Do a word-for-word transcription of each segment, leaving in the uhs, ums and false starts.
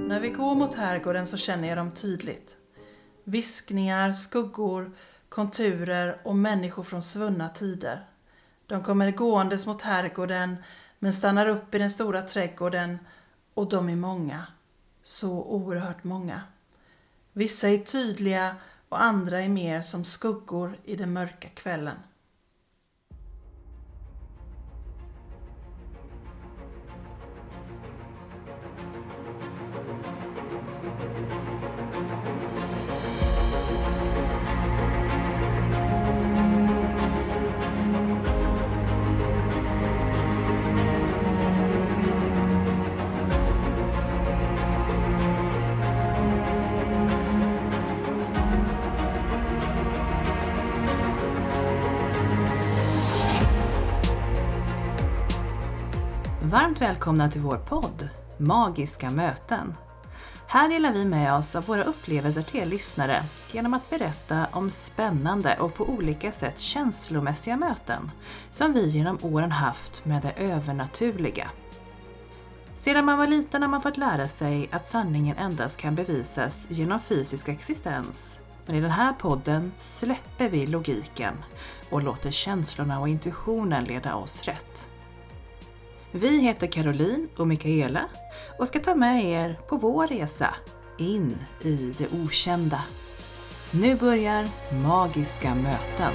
När vi går mot herrgården så känner jag dem tydligt. Viskningar, skuggor, konturer och människor från svunna tider. De kommer gåendes mot herrgården men stannar upp i den stora trädgården, och de är många. Så oerhört många. Vissa är tydliga och andra är mer som skuggor i den mörka kvällen. Varmt välkomna till vår podd, Magiska möten. Här delar vi med oss av våra upplevelser till er lyssnare genom att berätta om spännande och på olika sätt känslomässiga möten som vi genom åren haft med det övernaturliga. Sedan man var liten har man fått lära sig att sanningen endast kan bevisas genom fysisk existens. Men i den här podden släpper vi logiken och låter känslorna och intuitionen leda oss rätt. Vi heter Caroline och Mikaela och ska ta med er på vår resa in i det okända. Nu börjar Magiska möten.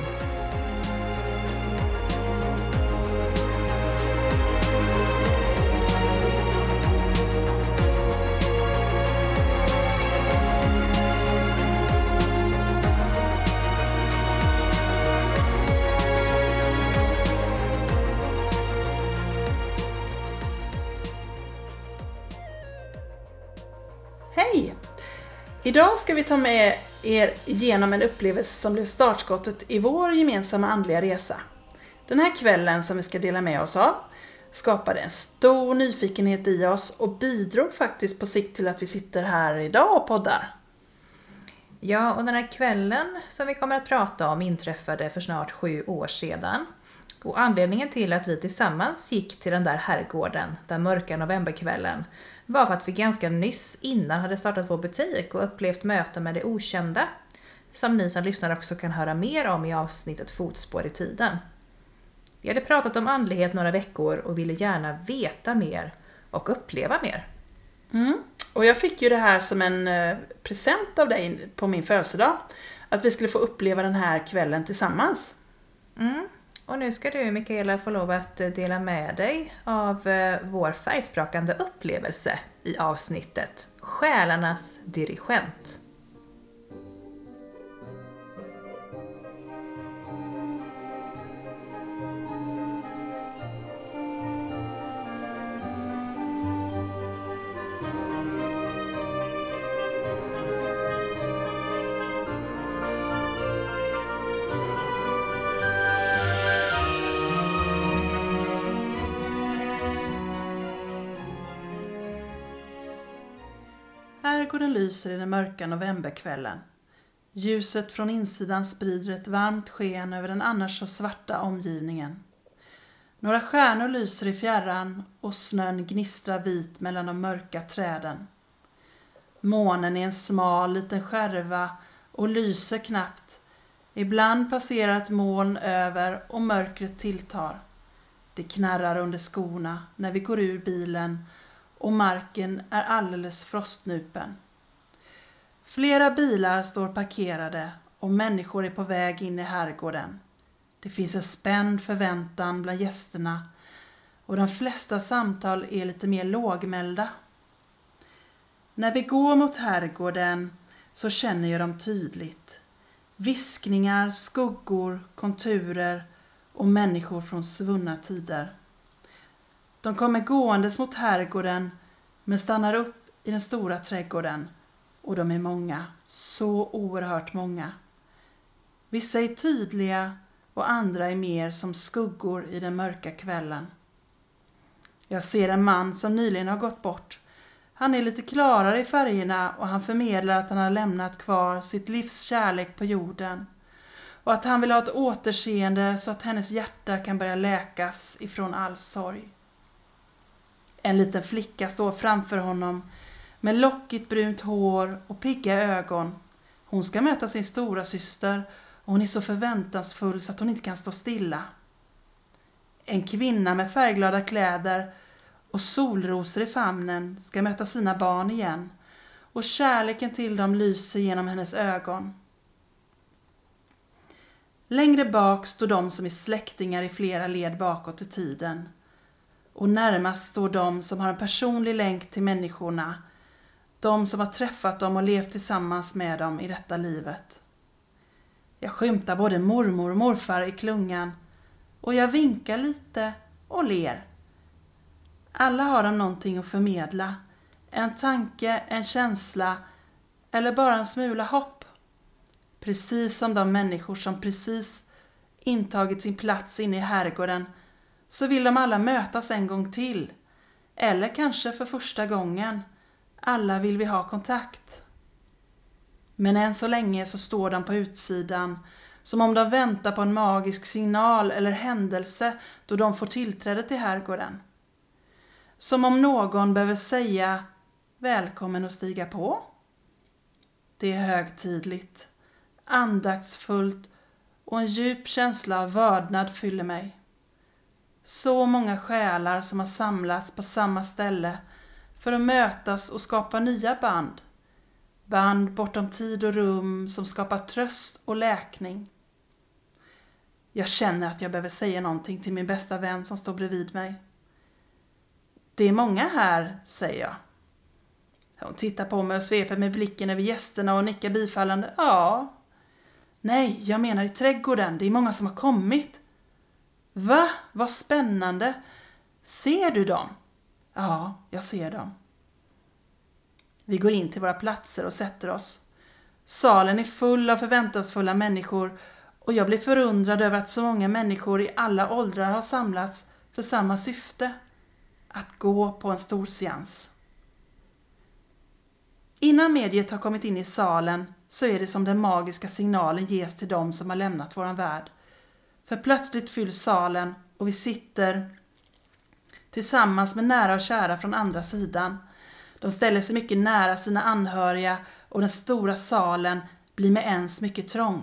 Hej! Idag ska vi ta med er igenom en upplevelse som blev startskottet i vår gemensamma andliga resa. Den här kvällen som vi ska dela med oss av skapade en stor nyfikenhet i oss och bidrog faktiskt på sikt till att vi sitter här idag och poddar. Ja, och den här kvällen som vi kommer att prata om inträffade för snart sju år sedan. Och anledningen till att vi tillsammans gick till den där herrgården, den mörka novemberkvällen, var för att vi ganska nyss innan hade startat vår butik och upplevt möten med det okända, som ni som lyssnar också kan höra mer om i avsnittet Fotspår i tiden. Vi hade pratat om andlighet några veckor och ville gärna veta mer och uppleva mer. Mm. Och jag fick ju det här som en eh, present av dig på min födelsedag, att vi skulle få uppleva den här kvällen tillsammans. Mm. Och nu ska du, Mikaela, få lov att dela med dig av vår färgsprakande upplevelse i avsnittet Själarnas dirigent. Herrgården lyser i den mörka novemberkvällen. Ljuset från insidan sprider ett varmt sken över den annars så svarta omgivningen. Några stjärnor lyser i fjärran och snön gnistrar vit mellan de mörka träden. Månen är en smal liten skärva och lyser knappt. Ibland passerar ett moln över och mörkret tilltar. Det knarrar under skorna när vi går ur bilen och marken är alldeles frostnupen. Flera bilar står parkerade och människor är på väg in i herrgården. Det finns en spänd förväntan bland gästerna och de flesta samtal är lite mer lågmälda. När vi går mot herrgården så känner jag dem tydligt. Viskningar, skuggor, konturer och människor från svunna tider. De kommer gåendes mot herrgården men stannar upp i den stora trädgården, och de är många, så oerhört många. Vissa är tydliga och andra är mer som skuggor i den mörka kvällen. Jag ser en man som nyligen har gått bort. Han är lite klarare i färgerna och han förmedlar att han har lämnat kvar sitt livs kärlek på jorden. Och att han vill ha ett återseende så att hennes hjärta kan börja läkas ifrån all sorg. En liten flicka står framför honom med lockigt brunt hår och pigga ögon. Hon ska möta sin stora syster och hon är så förväntansfull så att hon inte kan stå stilla. En kvinna med färgglada kläder och solrosor i famnen ska möta sina barn igen och kärleken till dem lyser genom hennes ögon. Längre bak står de som är släktingar i flera led bakåt i tiden och närmast står de som har en personlig länk till människorna, de som har träffat dem och levt tillsammans med dem i detta livet. Jag skymtar både mormor och morfar i klungan och jag vinkar lite och ler. Alla har de någonting att förmedla, en tanke, en känsla eller bara en smula hopp. Precis som de människor som precis intagit sin plats inne i herrgården så vill de alla mötas en gång till. Eller kanske för första gången. Alla vill vi ha kontakt. Men än så länge så står de på utsidan som om de väntar på en magisk signal eller händelse då de får tillträde till herrgården. Som om någon behöver säga välkommen att stiga på. Det är högtidligt, andaktsfullt och en djup känsla av vördnad fyller mig. Så många själar som har samlats på samma ställe för att mötas och skapa nya band. Band bortom tid och rum som skapar tröst och läkning. Jag känner att jag behöver säga någonting till min bästa vän som står bredvid mig. Det är många här, säger jag. Hon tittar på mig och sveper med blicken över gästerna och nickar bifallande. Ja. Nej, jag menar i trädgården. Det är många som har kommit. Va? Vad spännande. Ser du dem? Ja, jag ser dem. Vi går in till våra platser och sätter oss. Salen är full av förväntansfulla människor och jag blir förundrad över att så många människor i alla åldrar har samlats för samma syfte. Att gå på en stor seans. Innan mediet har kommit in i salen så är det som den magiska signalen ges till dem som har lämnat våran värld. För plötsligt fylls salen och vi sitter tillsammans med nära och kära från andra sidan. De ställer sig mycket nära sina anhöriga och den stora salen blir med ens mycket trång.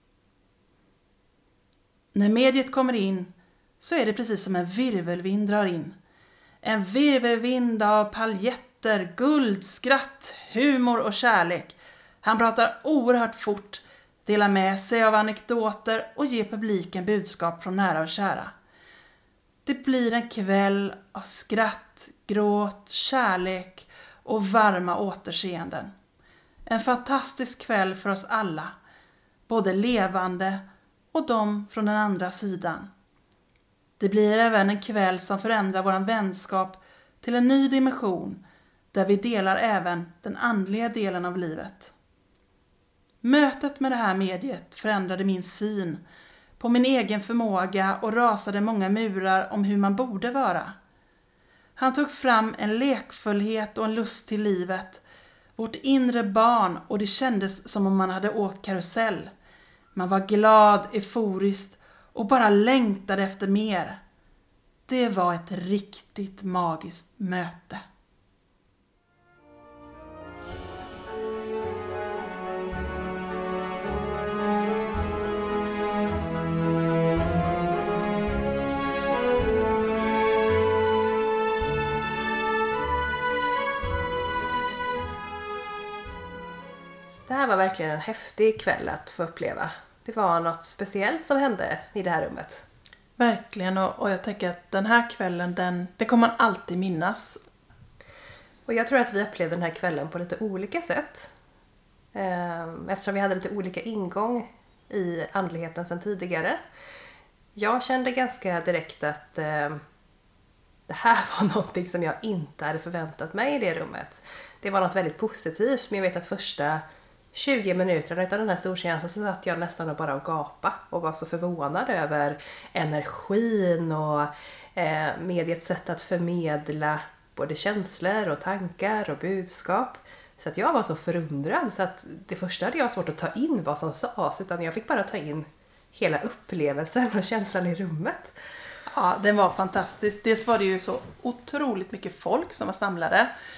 När mediet kommer in så är det precis som en virvelvind drar in. En virvelvind av paljetter, guld, skratt, humor och kärlek. Han pratar oerhört fort, delar med sig av anekdoter och ger publiken budskap från nära och kära. Det blir en kväll av skratt, gråt, kärlek och varma återseenden. En fantastisk kväll för oss alla, både levande och de från den andra sidan. Det blir även en kväll som förändrar vår vänskap till en ny dimension där vi delar även den andliga delen av livet. Mötet med det här mediet förändrade min syn på min egen förmåga och rasade många murar om hur man borde vara. Han tog fram en lekfullhet och en lust till livet, vårt inre barn, och det kändes som om man hade åkt karusell. Man var glad, euforiskt och bara längtade efter mer. Det var ett riktigt magiskt möte. Det här var verkligen en häftig kväll att få uppleva. Det var något speciellt som hände i det här rummet. Verkligen, och, och jag tänker att den här kvällen, den, det kommer man alltid minnas. Och jag tror att vi upplevde den här kvällen på lite olika sätt. Eftersom vi hade lite olika ingång i andligheten sedan tidigare. Jag kände ganska direkt att eh, det här var någonting som jag inte hade förväntat mig i det rummet. Det var något väldigt positivt, men jag vet att första tjugo minuterna av den här storseansen så satt jag nästan bara och gapa och var så förvånad över energin och eh, mediets sätt att förmedla både känslor och tankar och budskap. Så att jag var så förundrad så att det första hade jag svårt att ta in vad som sades, utan jag fick bara ta in hela upplevelsen och känslan i rummet. Ja, den var fantastisk. Dels var det ju så otroligt mycket folk som var samlade.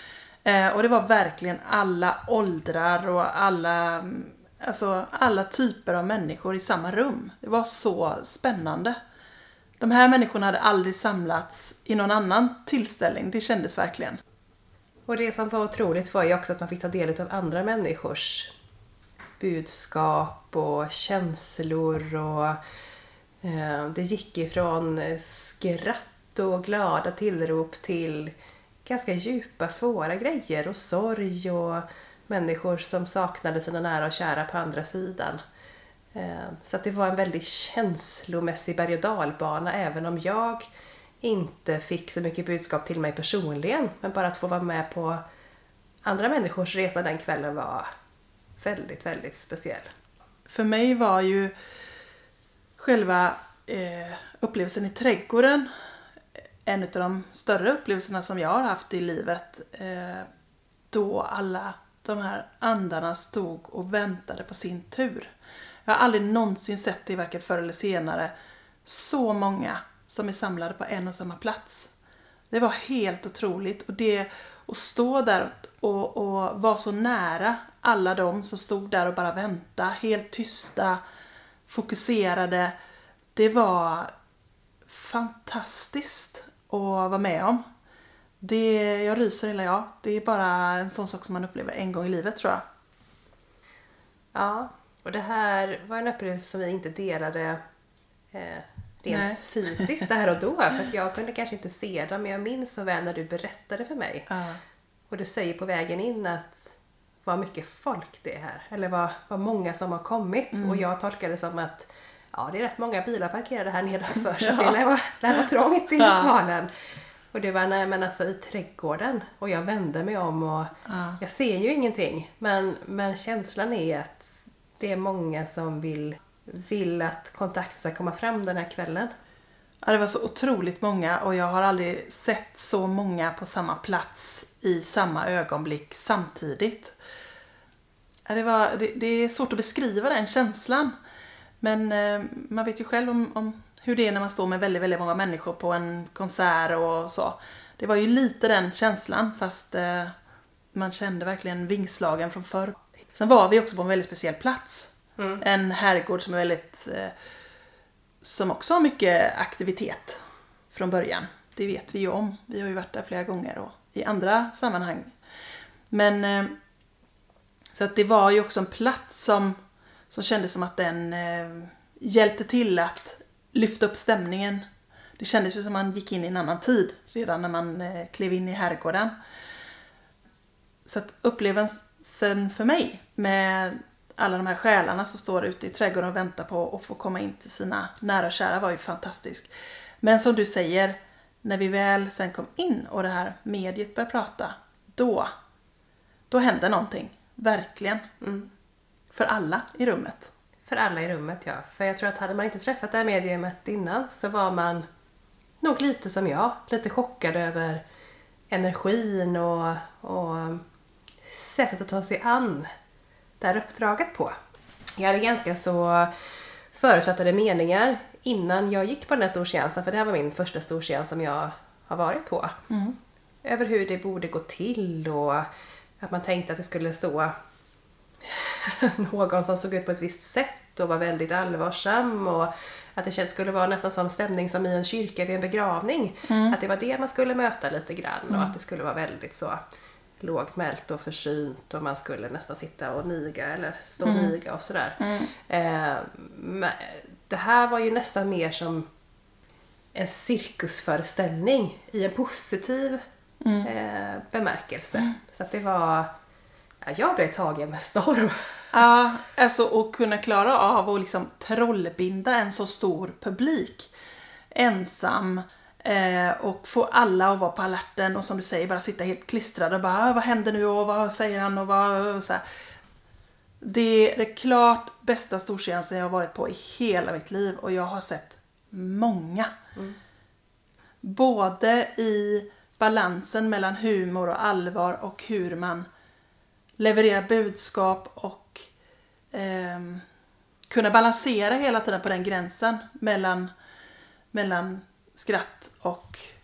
Eh, och det var verkligen alla åldrar och alla, alltså alla typer av människor i samma rum. Det var så spännande. De här människorna hade aldrig samlats i någon annan tillställning. Det kändes verkligen. Och det som var otroligt var ju också att man fick ta del av andra människors budskap och känslor. Och eh, det gick ifrån skratt och glada tillrop till ganska djupa, svåra grejer och sorg och människor som saknade sina nära och kära på andra sidan. Så att det var en väldigt känslomässig berg- och dalbana, även om jag inte fick så mycket budskap till mig personligen. Men bara att få vara med på andra människors resa den kvällen var väldigt, väldigt speciell. För mig var ju själva eh, upplevelsen i trädgården en av de större upplevelserna som jag har haft i livet. Eh, då alla de här andarna stod och väntade på sin tur. Jag har aldrig någonsin sett det, varken förr eller senare, så många som är samlade på en och samma plats. Det var helt otroligt. Och det att stå där och, och vara så nära alla de som stod där och bara väntade, helt tysta, fokuserade. Det var fantastiskt att vara med om. Det, jag ryser hela jag. Det är bara en sån sak som man upplever en gång i livet, tror jag. Ja, och det här var en upplevelse som vi inte delade eh, rent Nej. fysiskt där och då. För att jag kunde kanske inte se det, men jag minns så väl när du berättade för mig. Ja. Och du säger på vägen in att vad mycket folk det är här. Eller vad, vad många som har kommit. Mm. Och jag tolkade det som att ja, det är rätt många bilar parkerade här nedanför. Så Ja. det lär vara, lär vara trångt i Ja. lokalen. Och det var nej, men alltså i trädgården. Och jag vände mig om och Ja. jag ser ju ingenting. Men, men känslan är att det är många som vill, vill att kontakten ska komma fram den här kvällen. Ja, det var så otroligt många, och jag har aldrig sett så många på samma plats i samma ögonblick samtidigt. Ja, det, var, det, det är svårt att beskriva den känslan. Men eh, man vet ju själv om, om hur det är när man står med väldigt, väldigt många människor på en konsert och så. Det var ju lite den känslan, fast eh, man kände verkligen vingslagen från förr. Sen var vi också på en väldigt speciell plats. Mm. En herrgård som är väldigt... Eh, som också har mycket aktivitet från början. Det vet vi ju om. Vi har ju varit där flera gånger och i andra sammanhang. Men eh, så att det var ju också en plats som, som kändes som att den eh, hjälpte till att lyfta upp stämningen. Det kändes ju som att man gick in i en annan tid redan när man eh, klev in i herrgården. Så att upplevelsen för mig med alla de här själarna som står ute i trädgården och väntar på att få komma in till sina nära och kära var ju fantastisk. Men som du säger, när vi väl sen kom in och det här mediet började prata, då, då hände någonting. Verkligen. Mm. För alla i rummet. För alla i rummet, ja. För jag tror att hade man inte träffat det här mediumet innan så var man nog lite som jag. Lite chockad över energin och, och sättet att ta sig an det här uppdraget på. Jag hade ganska så förutfattade meningar innan jag gick på den här storseansen, för det här var min första storseans som jag har varit på. Mm. Över hur det borde gå till och att man tänkte att det skulle stå någon som såg ut på ett visst sätt och var väldigt allvarsam, och att det skulle vara nästan som stämning som i en kyrka vid en begravning. Mm. Att det var det man skulle möta lite grann Mm. och att det skulle vara väldigt så lågmält och försynt och man skulle nästan sitta och niga eller stå och Mm. niga och sådär. Mm. Eh, men det här var ju nästan mer som en cirkusföreställning i en positiv Mm. eh, bemärkelse. Så att det var... Ja, jag blev tagen med storm. Ja, alltså att kunna klara av att liksom trollbinda en så stor publik ensam eh, och få alla att vara på alerten och som du säger bara sitta helt klistrade och bara vad händer nu och vad säger han och vad och så här. Det är det klart bästa storseansen jag har varit på i hela mitt liv, och jag har sett många. Mm. Både i balansen mellan humor och allvar och hur man levererar budskap och eh, kunna balansera hela tiden på den gränsen mellan, mellan skratt och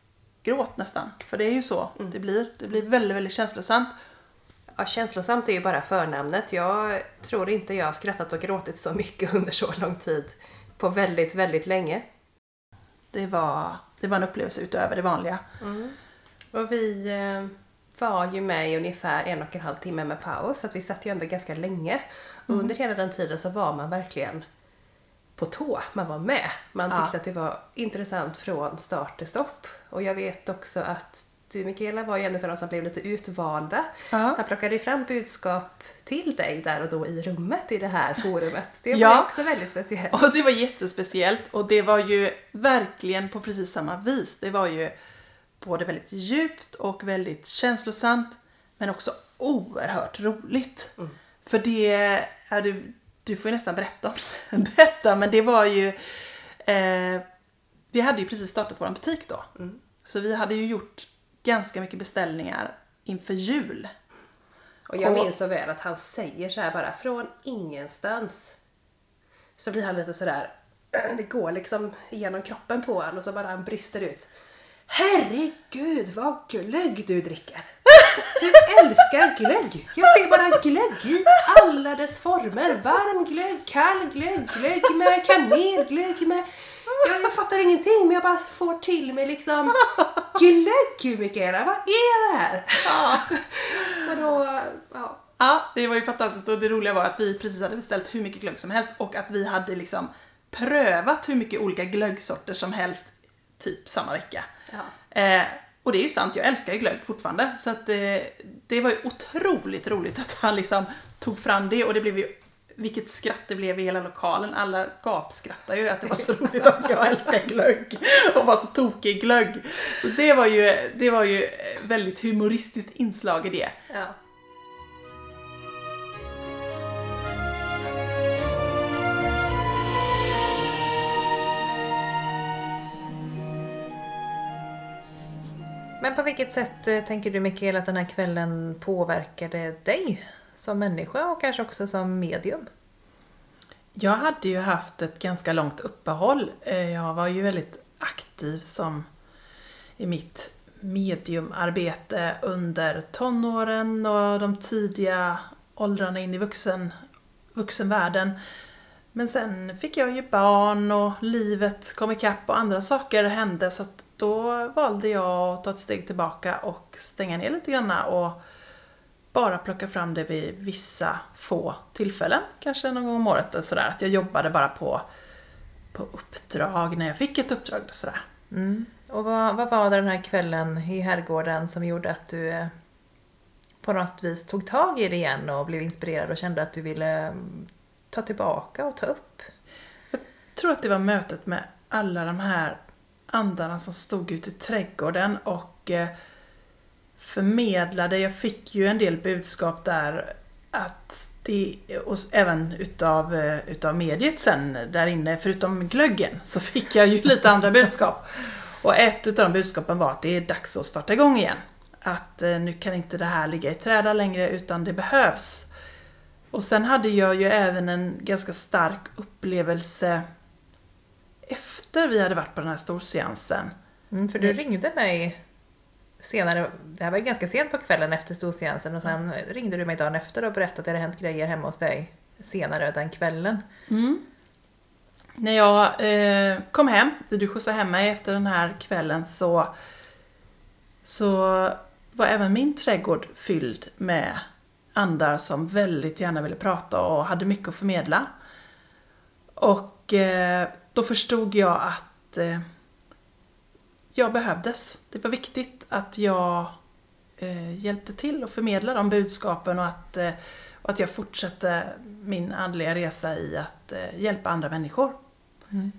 gråt nästan. För det är ju så mm. det blir. Det blir väldigt, väldigt känslosamt. Ja, känslosamt är ju bara förnamnet. Jag tror inte jag har skrattat och gråtit så mycket under så lång tid. På väldigt, väldigt länge. Det var, det var en upplevelse utöver det vanliga. Mm. Och vi eh, var ju med i ungefär en och en halv timme med paus. Så att vi satt ju ändå ganska länge. Och mm. under hela den tiden så var man verkligen på tå. Man var med. Man tyckte ja. att det var intressant från start till stopp. Och jag vet också att du, Mikaela, var ju en av de som blev lite utvalda. Ja. Han plockade fram budskap till dig där och då i rummet i det här forumet. Det var ja. också väldigt speciellt. Och det var jättespeciellt. Och det var ju verkligen på precis samma vis. Det var ju både väldigt djupt och väldigt känslosamt. Men också oerhört roligt. Mm. För det... Ja, du, du får ju nästan berätta om detta. Men det var ju... Eh, vi hade ju precis startat vår butik då. Mm. Så vi hade ju gjort ganska mycket beställningar inför jul. Och jag och, minns så väl att han säger så här bara från ingenstans. Så blir han lite sådär, det går liksom genom kroppen på han och så bara han brister ut. Herregud vad glögg du dricker. Du älskar glögg. Jag ser bara glögg i alla dess former. Varm glögg, kall glögg, glögg med kanel, glögg med... Jag, jag fattar ingenting men jag bara får till mig liksom glögg, Mikaela. Vad är det här? Ja. Och då, ja. ja, det var ju fantastiskt och det roliga var att vi precis hade beställt hur mycket glögg som helst och att vi hade liksom prövat hur mycket olika glöggsorter som helst typ samma vecka. Ja. Eh, och det är ju sant, jag älskar ju glögg fortfarande så att eh, det var ju otroligt roligt att han liksom tog fram det och det blev ju vilket skratt det blev i hela lokalen. Alla gapskrattar ju att det var så roligt att jag älskar glögg och var så tokig glögg. Så det var ju, det var ju väldigt humoristiskt inslag i det. Ja. Men på vilket sätt tänker du, Mikaela, att den här kvällen påverkade dig som människa och kanske också som medium? Jag hade ju haft ett ganska långt uppehåll. Jag var ju väldigt aktiv som i mitt mediumarbete under tonåren och de tidiga åldrarna in i vuxen, vuxenvärlden. Men sen fick jag ju barn och livet kom ikapp och andra saker hände så att då valde jag att ta ett steg tillbaka och stänga ner lite grann och bara plocka fram det vid vissa få tillfällen, kanske någon gång om året och sådär. Att jag jobbade bara på, på uppdrag när jag fick ett uppdrag och sådär. Mm. Och vad, vad var det den här kvällen i herrgården som gjorde att du eh, på något vis tog tag i det igen och blev inspirerad och kände att du ville ta tillbaka och ta upp? Jag tror att det var mötet med alla de här andarna som stod ute i trädgården och eh, förmedlade. Jag fick ju en del budskap där att det, och även utav, utav mediet sen där inne, förutom glöggen, så fick jag ju lite andra budskap. Och ett utav de budskapen var att det är dags att starta igång igen. Att eh, nu kan inte det här ligga i träda längre utan det behövs. Och sen hade jag ju även en ganska stark upplevelse efter vi hade varit på den här storseansen. Mm, för du ringde mig senare, det här var ju ganska sent på kvällen efter storseansen och sen mm. ringde du mig dagen efter och berättade att det hade hänt grejer hemma hos dig senare den kvällen. Mm. När jag eh, kom hem, du skjutsade hem mig efter den här kvällen så, så var även min trädgård fylld med andar som väldigt gärna ville prata och hade mycket att förmedla. Och eh, då förstod jag att eh, jag behövdes. Det var viktigt att jag eh, hjälpte till och förmedla de budskapen och att, eh, och att jag fortsatte min andliga resa i att eh, hjälpa andra människor. Mm.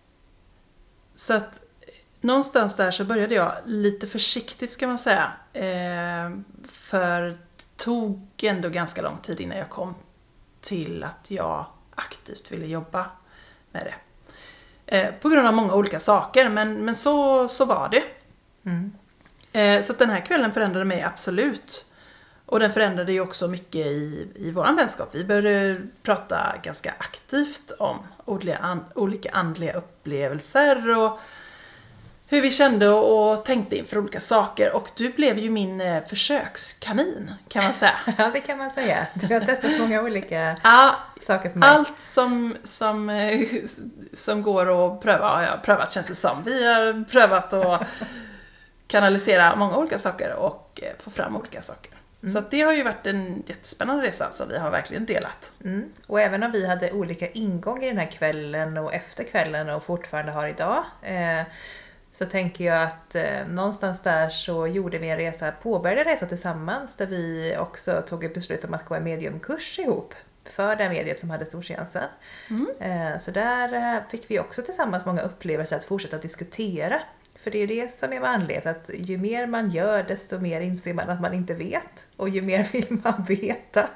Så att någonstans där så började jag lite försiktigt ska man säga. Eh, för det tog ändå ganska lång tid innan jag kom till att jag aktivt ville jobba med det. Eh, på grund av många olika saker, men, men så, så var det. Mm. Eh, så att den här kvällen förändrade mig absolut. Och den förändrade ju också mycket i, i våran vänskap. Vi började prata ganska aktivt om olika, an, olika andliga upplevelser och hur vi kände och tänkte inför olika saker. Och du blev ju min eh, försökskanin, kan man säga. Ja, det kan man säga. Du har testat många olika Ja, saker för mig. allt som, som, eh, som går att pröva har jag prövat, känns det som. Vi har prövat att kanalisera många olika saker och eh, få fram olika saker. Mm. Så att det har ju varit en jättespännande resa som vi har verkligen delat. Mm. Och även om vi hade olika ingång i den här kvällen och efter kvällen och fortfarande har idag, eh, så tänker jag att eh, någonstans där så gjorde vi en resa, påbörjade en resa tillsammans där vi också tog ett beslut om att gå en mediumkurs ihop för det mediet som hade storseansen. Mm. Eh, så där eh, fick vi också tillsammans många upplevelser att fortsätta diskutera. För det är ju det som är vanligt, att ju mer man gör desto mer inser man att man inte vet. Och ju mer vill man veta.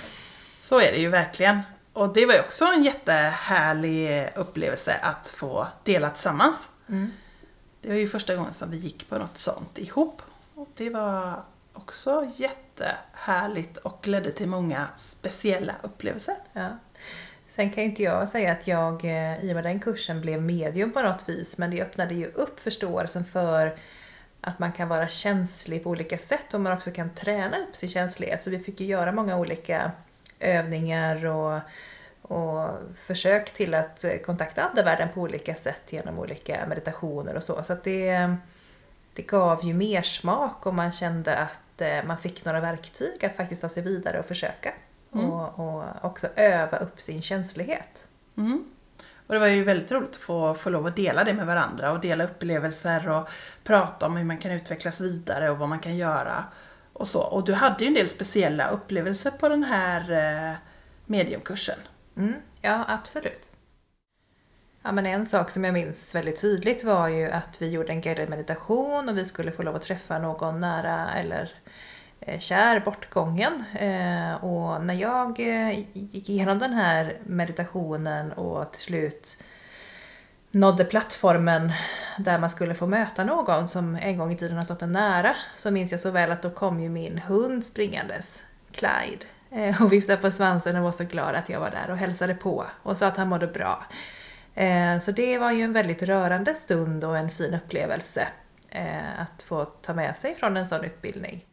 Så är det ju verkligen. Och det var ju också en jättehärlig upplevelse att få dela tillsammans. Mm. Det var ju första gången som vi gick på något sånt ihop. Och det var också jättehärligt och ledde till många speciella upplevelser. Ja. Sen kan inte jag säga att jag i och med den kursen blev medium på något vis. Men det öppnade ju upp förståelsen för att man kan vara känslig på olika sätt. Och man också kan träna upp sin känslighet. Så vi fick ju göra många olika övningar och, och försök till att kontakta andevärlden på olika sätt genom olika meditationer och så. Så att det, det gav ju mer smak och man kände att man fick några verktyg att faktiskt ta sig vidare och försöka. Mm. Och, och också öva upp sin känslighet. Mm. Och det var ju väldigt roligt att få, få lov att dela det med varandra och dela upplevelser och prata om hur man kan utvecklas vidare och vad man kan göra och så. Och du hade ju en del speciella upplevelser på den här eh, mediumkursen. Mm. Ja, absolut. Ja, men en sak som jag minns väldigt tydligt var ju att vi gjorde en guided meditation och vi skulle få lov att träffa någon nära eller kär bortgången. Och när jag gick igenom den här meditationen och till slut nådde plattformen där man skulle få möta någon som en gång i tiden har stått en nära, så minns jag så väl att då kom ju min hund springandes, Clyde, och viftade på svansen och var så glad att jag var där och hälsade på och sa att han mådde bra. Så det var ju en väldigt rörande stund och en fin upplevelse att få ta med sig från en sån utbildning.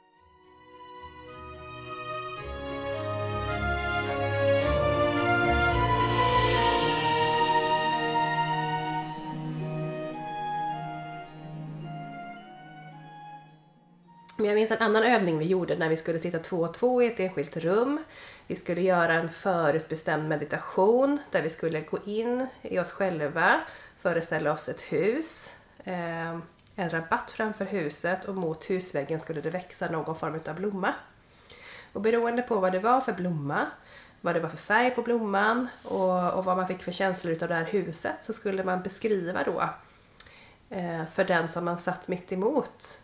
Men jag minns en annan övning vi gjorde när vi skulle sitta två och två i ett enskilt rum. Vi skulle göra en förutbestämd meditation där vi skulle gå in i oss själva, föreställa oss ett hus, eh, en rabatt framför huset och mot husväggen skulle det växa någon form av blomma. Och beroende på vad det var för blomma, vad det var för färg på blomman och, och vad man fick för känslor av det här huset, så skulle man beskriva då eh, för den som man satt mitt emot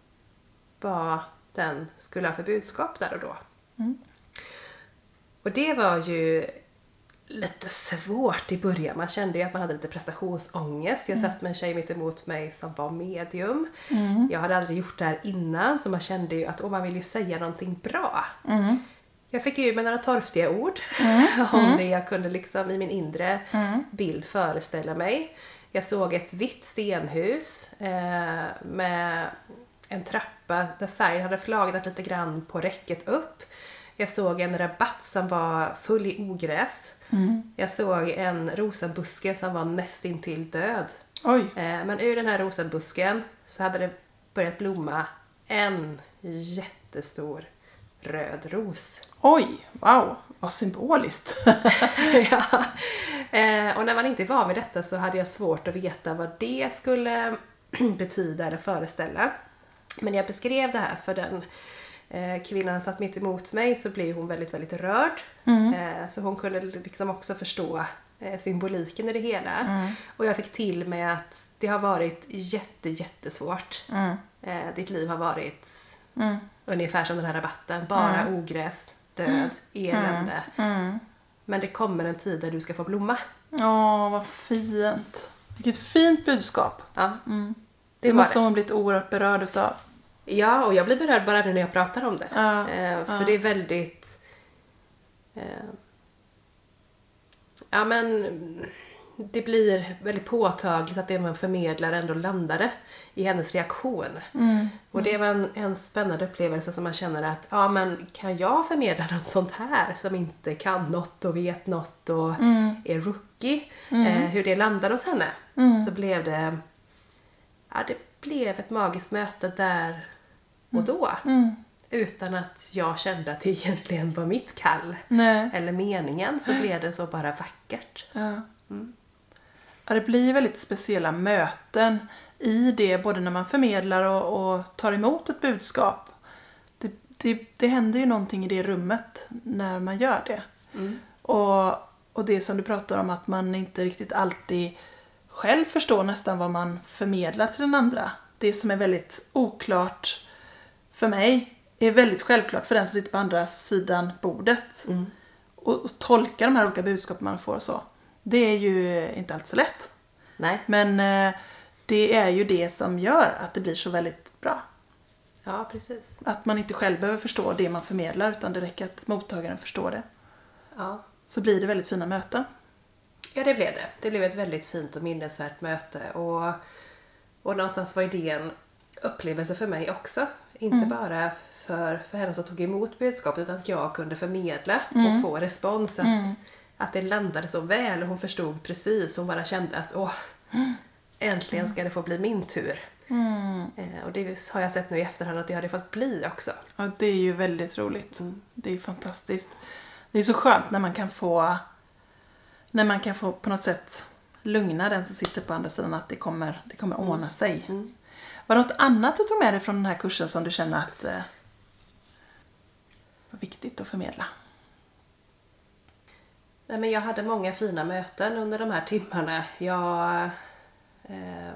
vad den skulle ha för budskap där och då. Mm. Och det var ju lite svårt i början. Man kände ju att man hade lite prestationsångest. Jag mm. satt med en tjej mitt emot mig som var medium. Mm. Jag hade aldrig gjort det här innan, så man kände ju att oh, man vill ju säga någonting bra. Mm. Jag fick ju med några torftiga ord mm. om mm. det jag kunde liksom i min inre mm. bild föreställa mig. Jag såg ett vitt stenhus eh, med en trappa där färgen hade flagnat lite grann på räcket upp. Jag såg en rabatt som var full i ogräs. Mm. Jag såg en rosenbuske som var nästintill död. Oj. Eh, men ur den här rosenbusken så hade det börjat blomma en jättestor röd ros. Oj, wow, vad symboliskt. Ja. Eh, och när man inte var med detta så hade jag svårt att veta vad det skulle betyda eller föreställa. Men när jag beskrev det här för den eh, kvinnan satt mitt emot mig så blev hon väldigt, väldigt rörd. Mm. Eh, så hon kunde liksom också förstå eh, symboliken i det hela. Mm. Och jag fick till med att det har varit jätte, jättesvårt. Mm. Eh, ditt liv har varit mm. ungefär som den här rabatten. Bara mm. ogräs, död, mm. elände. Mm. Men det kommer en tid där du ska få blomma. Åh, vad fint. Vilket fint budskap. Ja. Mm. Det, det måste hon blivit oerhört berörd utav. Ja, och jag blir berörd bara nu när jag pratar om det. Ja, eh, för ja. det är väldigt... Eh, ja, men... det blir väldigt påtagligt att det man förmedlar ändå landade i hennes reaktion. Mm. Och det var en, en spännande upplevelse som man känner att ja, men kan jag förmedla något sånt här som inte kan något och vet något och Mm. är rookie, Mm. eh, hur det landade hos henne. Mm. Så blev det ja, det blev ett magiskt möte där och då. Mm. Utan att jag kände att det egentligen var mitt kall Nej. eller meningen, så blev det så bara vackert. Ja. Mm. Ja, det blir väldigt speciella möten i det, både när man förmedlar och, och tar emot ett budskap. Det, det, det händer ju någonting i det rummet när man gör det. Mm. Och, och det som du pratar om, att man inte riktigt alltid själv förstår nästan vad man förmedlar till den andra. Det som är väldigt oklart för mig är väldigt självklart för den som sitter på andra sidan bordet. Mm. Och, och tolka de här olika budskapen man får och så. Det är ju inte alls så lätt. Nej. Men eh, det är ju det som gör att det blir så väldigt bra. Ja, precis. Att man inte själv behöver förstå det man förmedlar, utan det räcker att mottagaren förstår det. Ja. Så blir det väldigt fina möten. Ja, det blev det. Det blev ett väldigt fint och minnesvärt möte. Och, och någonstans var det en upplevelse för mig också. Inte Mm. bara för, för henne som tog emot budskapet, utan att jag kunde förmedla Mm. och få respons. Att, Mm. att det landade så väl och hon förstod precis. Hon bara kände att åh, äntligen ska det få bli min tur. Mm. Eh, och det har jag sett nu i efterhand att det hade fått bli också. Ja, det är ju väldigt roligt. Mm. Det är fantastiskt. Det är så skönt när man kan få när man kan få på något sätt lugna den som sitter på andra sidan, att det kommer, det kommer ordna sig. Mm. Var det något annat du tog med dig från den här kursen som du känner att eh, var viktigt att förmedla? Nej, men jag hade många fina möten under de här timmarna. Jag, eh,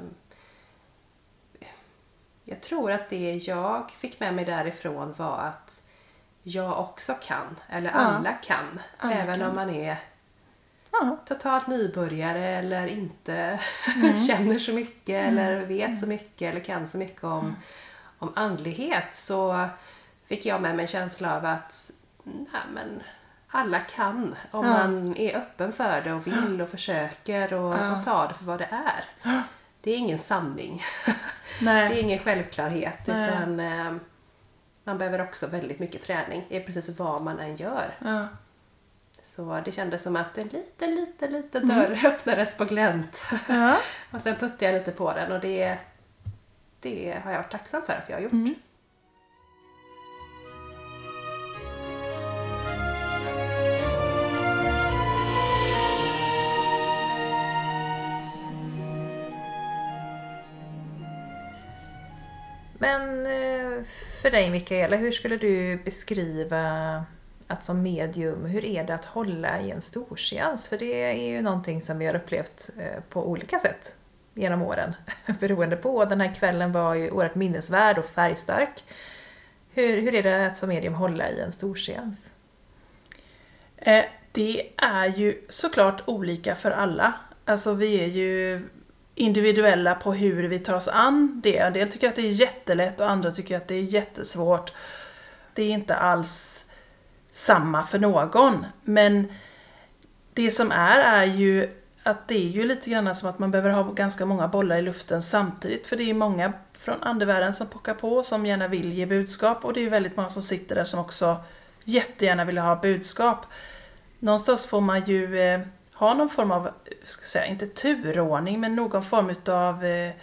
jag tror att det jag fick med mig därifrån var att jag också kan, eller Ja. alla kan. Alla även kan. om man är Ja. totalt nybörjare eller inte Mm. känner så mycket eller vet så mycket eller kan så mycket om, Mm. om andlighet, så fick jag med mig en känsla av att nej, men alla kan om Ja. man är öppen för det och vill och försöker och, Ja. och tar det för vad det är. Det är ingen sanning. Nej. Det är ingen självklarhet, Nej. utan eh, man behöver också väldigt mycket träning i precis vad man än gör. Ja. Så det kändes som att en liten, liten, liten dörr öppnades på glänt. Ja. Och sen puttade jag lite på den och det, det har jag varit tacksam för att jag har gjort. Mm. Men eh, för dig Mikaela, hur skulle du beskriva att som medium, hur är det att hålla i en storseans? För det är ju någonting som vi har upplevt eh, på olika sätt genom åren. Beroende på, den här kvällen var ju oerhört minnesvärd och färgstark. Hur, hur är det att som medium hålla i en storseans? Eh, det är ju såklart olika för alla. Alltså vi är ju individuella på hur vi tar oss an det. En del tycker att det är jättelätt och andra tycker att det är jättesvårt. Det är inte alls samma för någon. Men det som är är ju att det är ju lite grann som att man behöver ha ganska många bollar i luften samtidigt. För det är många från andevärlden som pockar på, som gärna vill ge budskap. Och det är väldigt många som sitter där som också jättegärna vill ha budskap. Någonstans får man ju eh, ha någon form av, ska jag säga, inte turordning, men någon form av eh,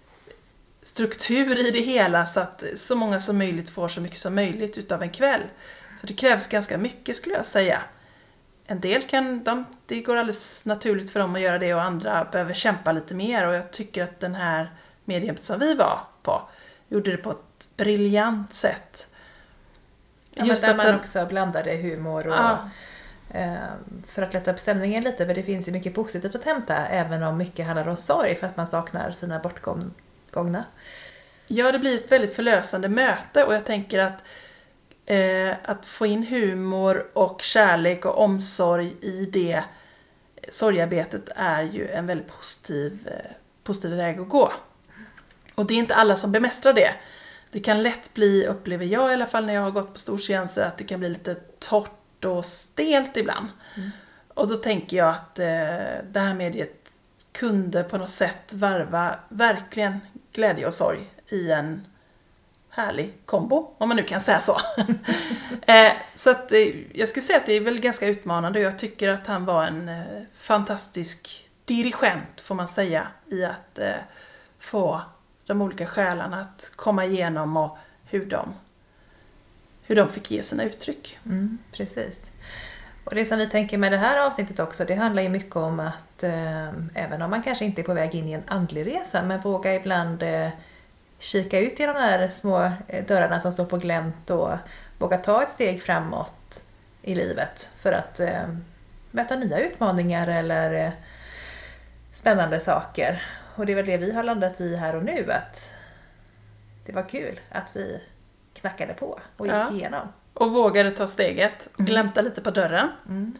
struktur i det hela, så att så många som möjligt får så mycket som möjligt utav en kväll. Så det krävs ganska mycket, skulle jag säga. En del kan, de, det går alldeles naturligt för dem att göra det, och andra behöver kämpa lite mer. Och jag tycker att den här medium som vi var på gjorde det på ett briljant sätt. Ja, Just där man den, också blandade humor och Ja. eh, för att lätta upp stämningen lite, för det finns ju mycket positivt att hämta, även om mycket handlar om sorg för att man saknar sina bortgångna. Ja, det blir ett väldigt förlösande möte, och jag tänker att eh, att få in humor och kärlek och omsorg i det sorgarbetet är ju en väldigt positiv, eh, positiv väg att gå. Och det är inte alla som bemästrar det. Det kan lätt bli, upplever jag i alla fall när jag har gått på storseanser, att det kan bli lite torrt och stelt ibland. Mm. Och då tänker jag att eh, det här mediet kunde på något sätt varva verkligen glädje och sorg i en härlig kombo, om man nu kan säga så. eh, så att, eh, jag skulle säga att det är väl ganska utmanande, och jag tycker att han var en eh, fantastisk dirigent, får man säga, i att eh, få de olika själarna att komma igenom och hur de, hur de fick ge sina uttryck. Mm, precis. Och det som vi tänker med det här avsnittet också, det handlar ju mycket om att eh, även om man kanske inte är på väg in i en andlig resa, men våga ibland eh, kika ut genom de här små dörrarna som står på glänt och våga ta ett steg framåt i livet för att eh, möta nya utmaningar eller eh, spännande saker. Och det är väl det vi har landat i här och nu, att det var kul att vi knackade på och gick ja. igenom. Och vågade ta steget och glänta mm. lite på dörren. Mm.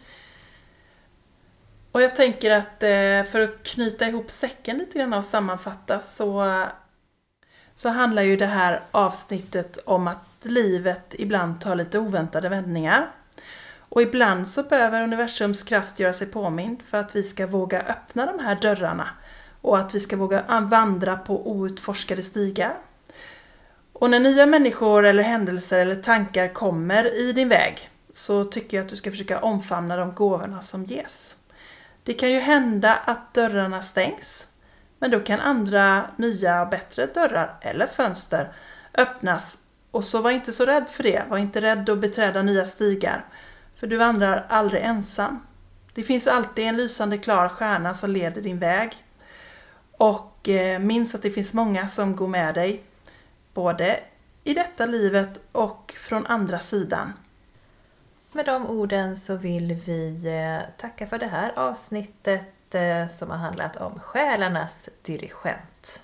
Och jag tänker att eh, för att knyta ihop säcken lite grann och sammanfatta, så, så handlar ju det här avsnittet om att livet ibland tar lite oväntade vändningar. Och ibland så behöver universums kraft göra sig påmind för att vi ska våga öppna de här dörrarna. Och att vi ska våga vandra på outforskade stigar. Och när nya människor eller händelser eller tankar kommer i din väg, så tycker jag att du ska försöka omfamna de gåvorna som ges. Det kan ju hända att dörrarna stängs, men då kan andra nya bättre dörrar eller fönster öppnas. Och så var inte så rädd för det. Var inte rädd att beträda nya stigar, för du vandrar aldrig ensam. Det finns alltid en lysande klar stjärna som leder din väg. Och eh, minns att det finns många som går med dig, både i detta livet och från andra sidan. Med de orden så vill vi tacka för det här avsnittet som har handlat om själarnas dirigent.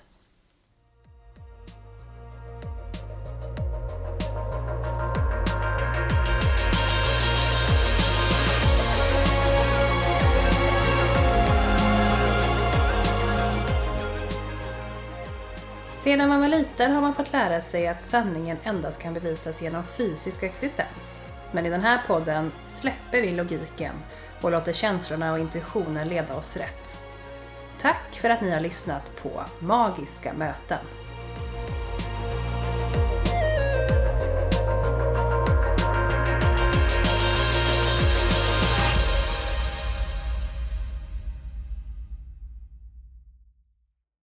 Sedan man var liten har man fått lära sig att sanningen endast kan bevisas genom fysisk existens. Men i den här podden släpper vi logiken och låter känslorna och intuitionen leda oss rätt. Tack för att ni har lyssnat på Magiska möten.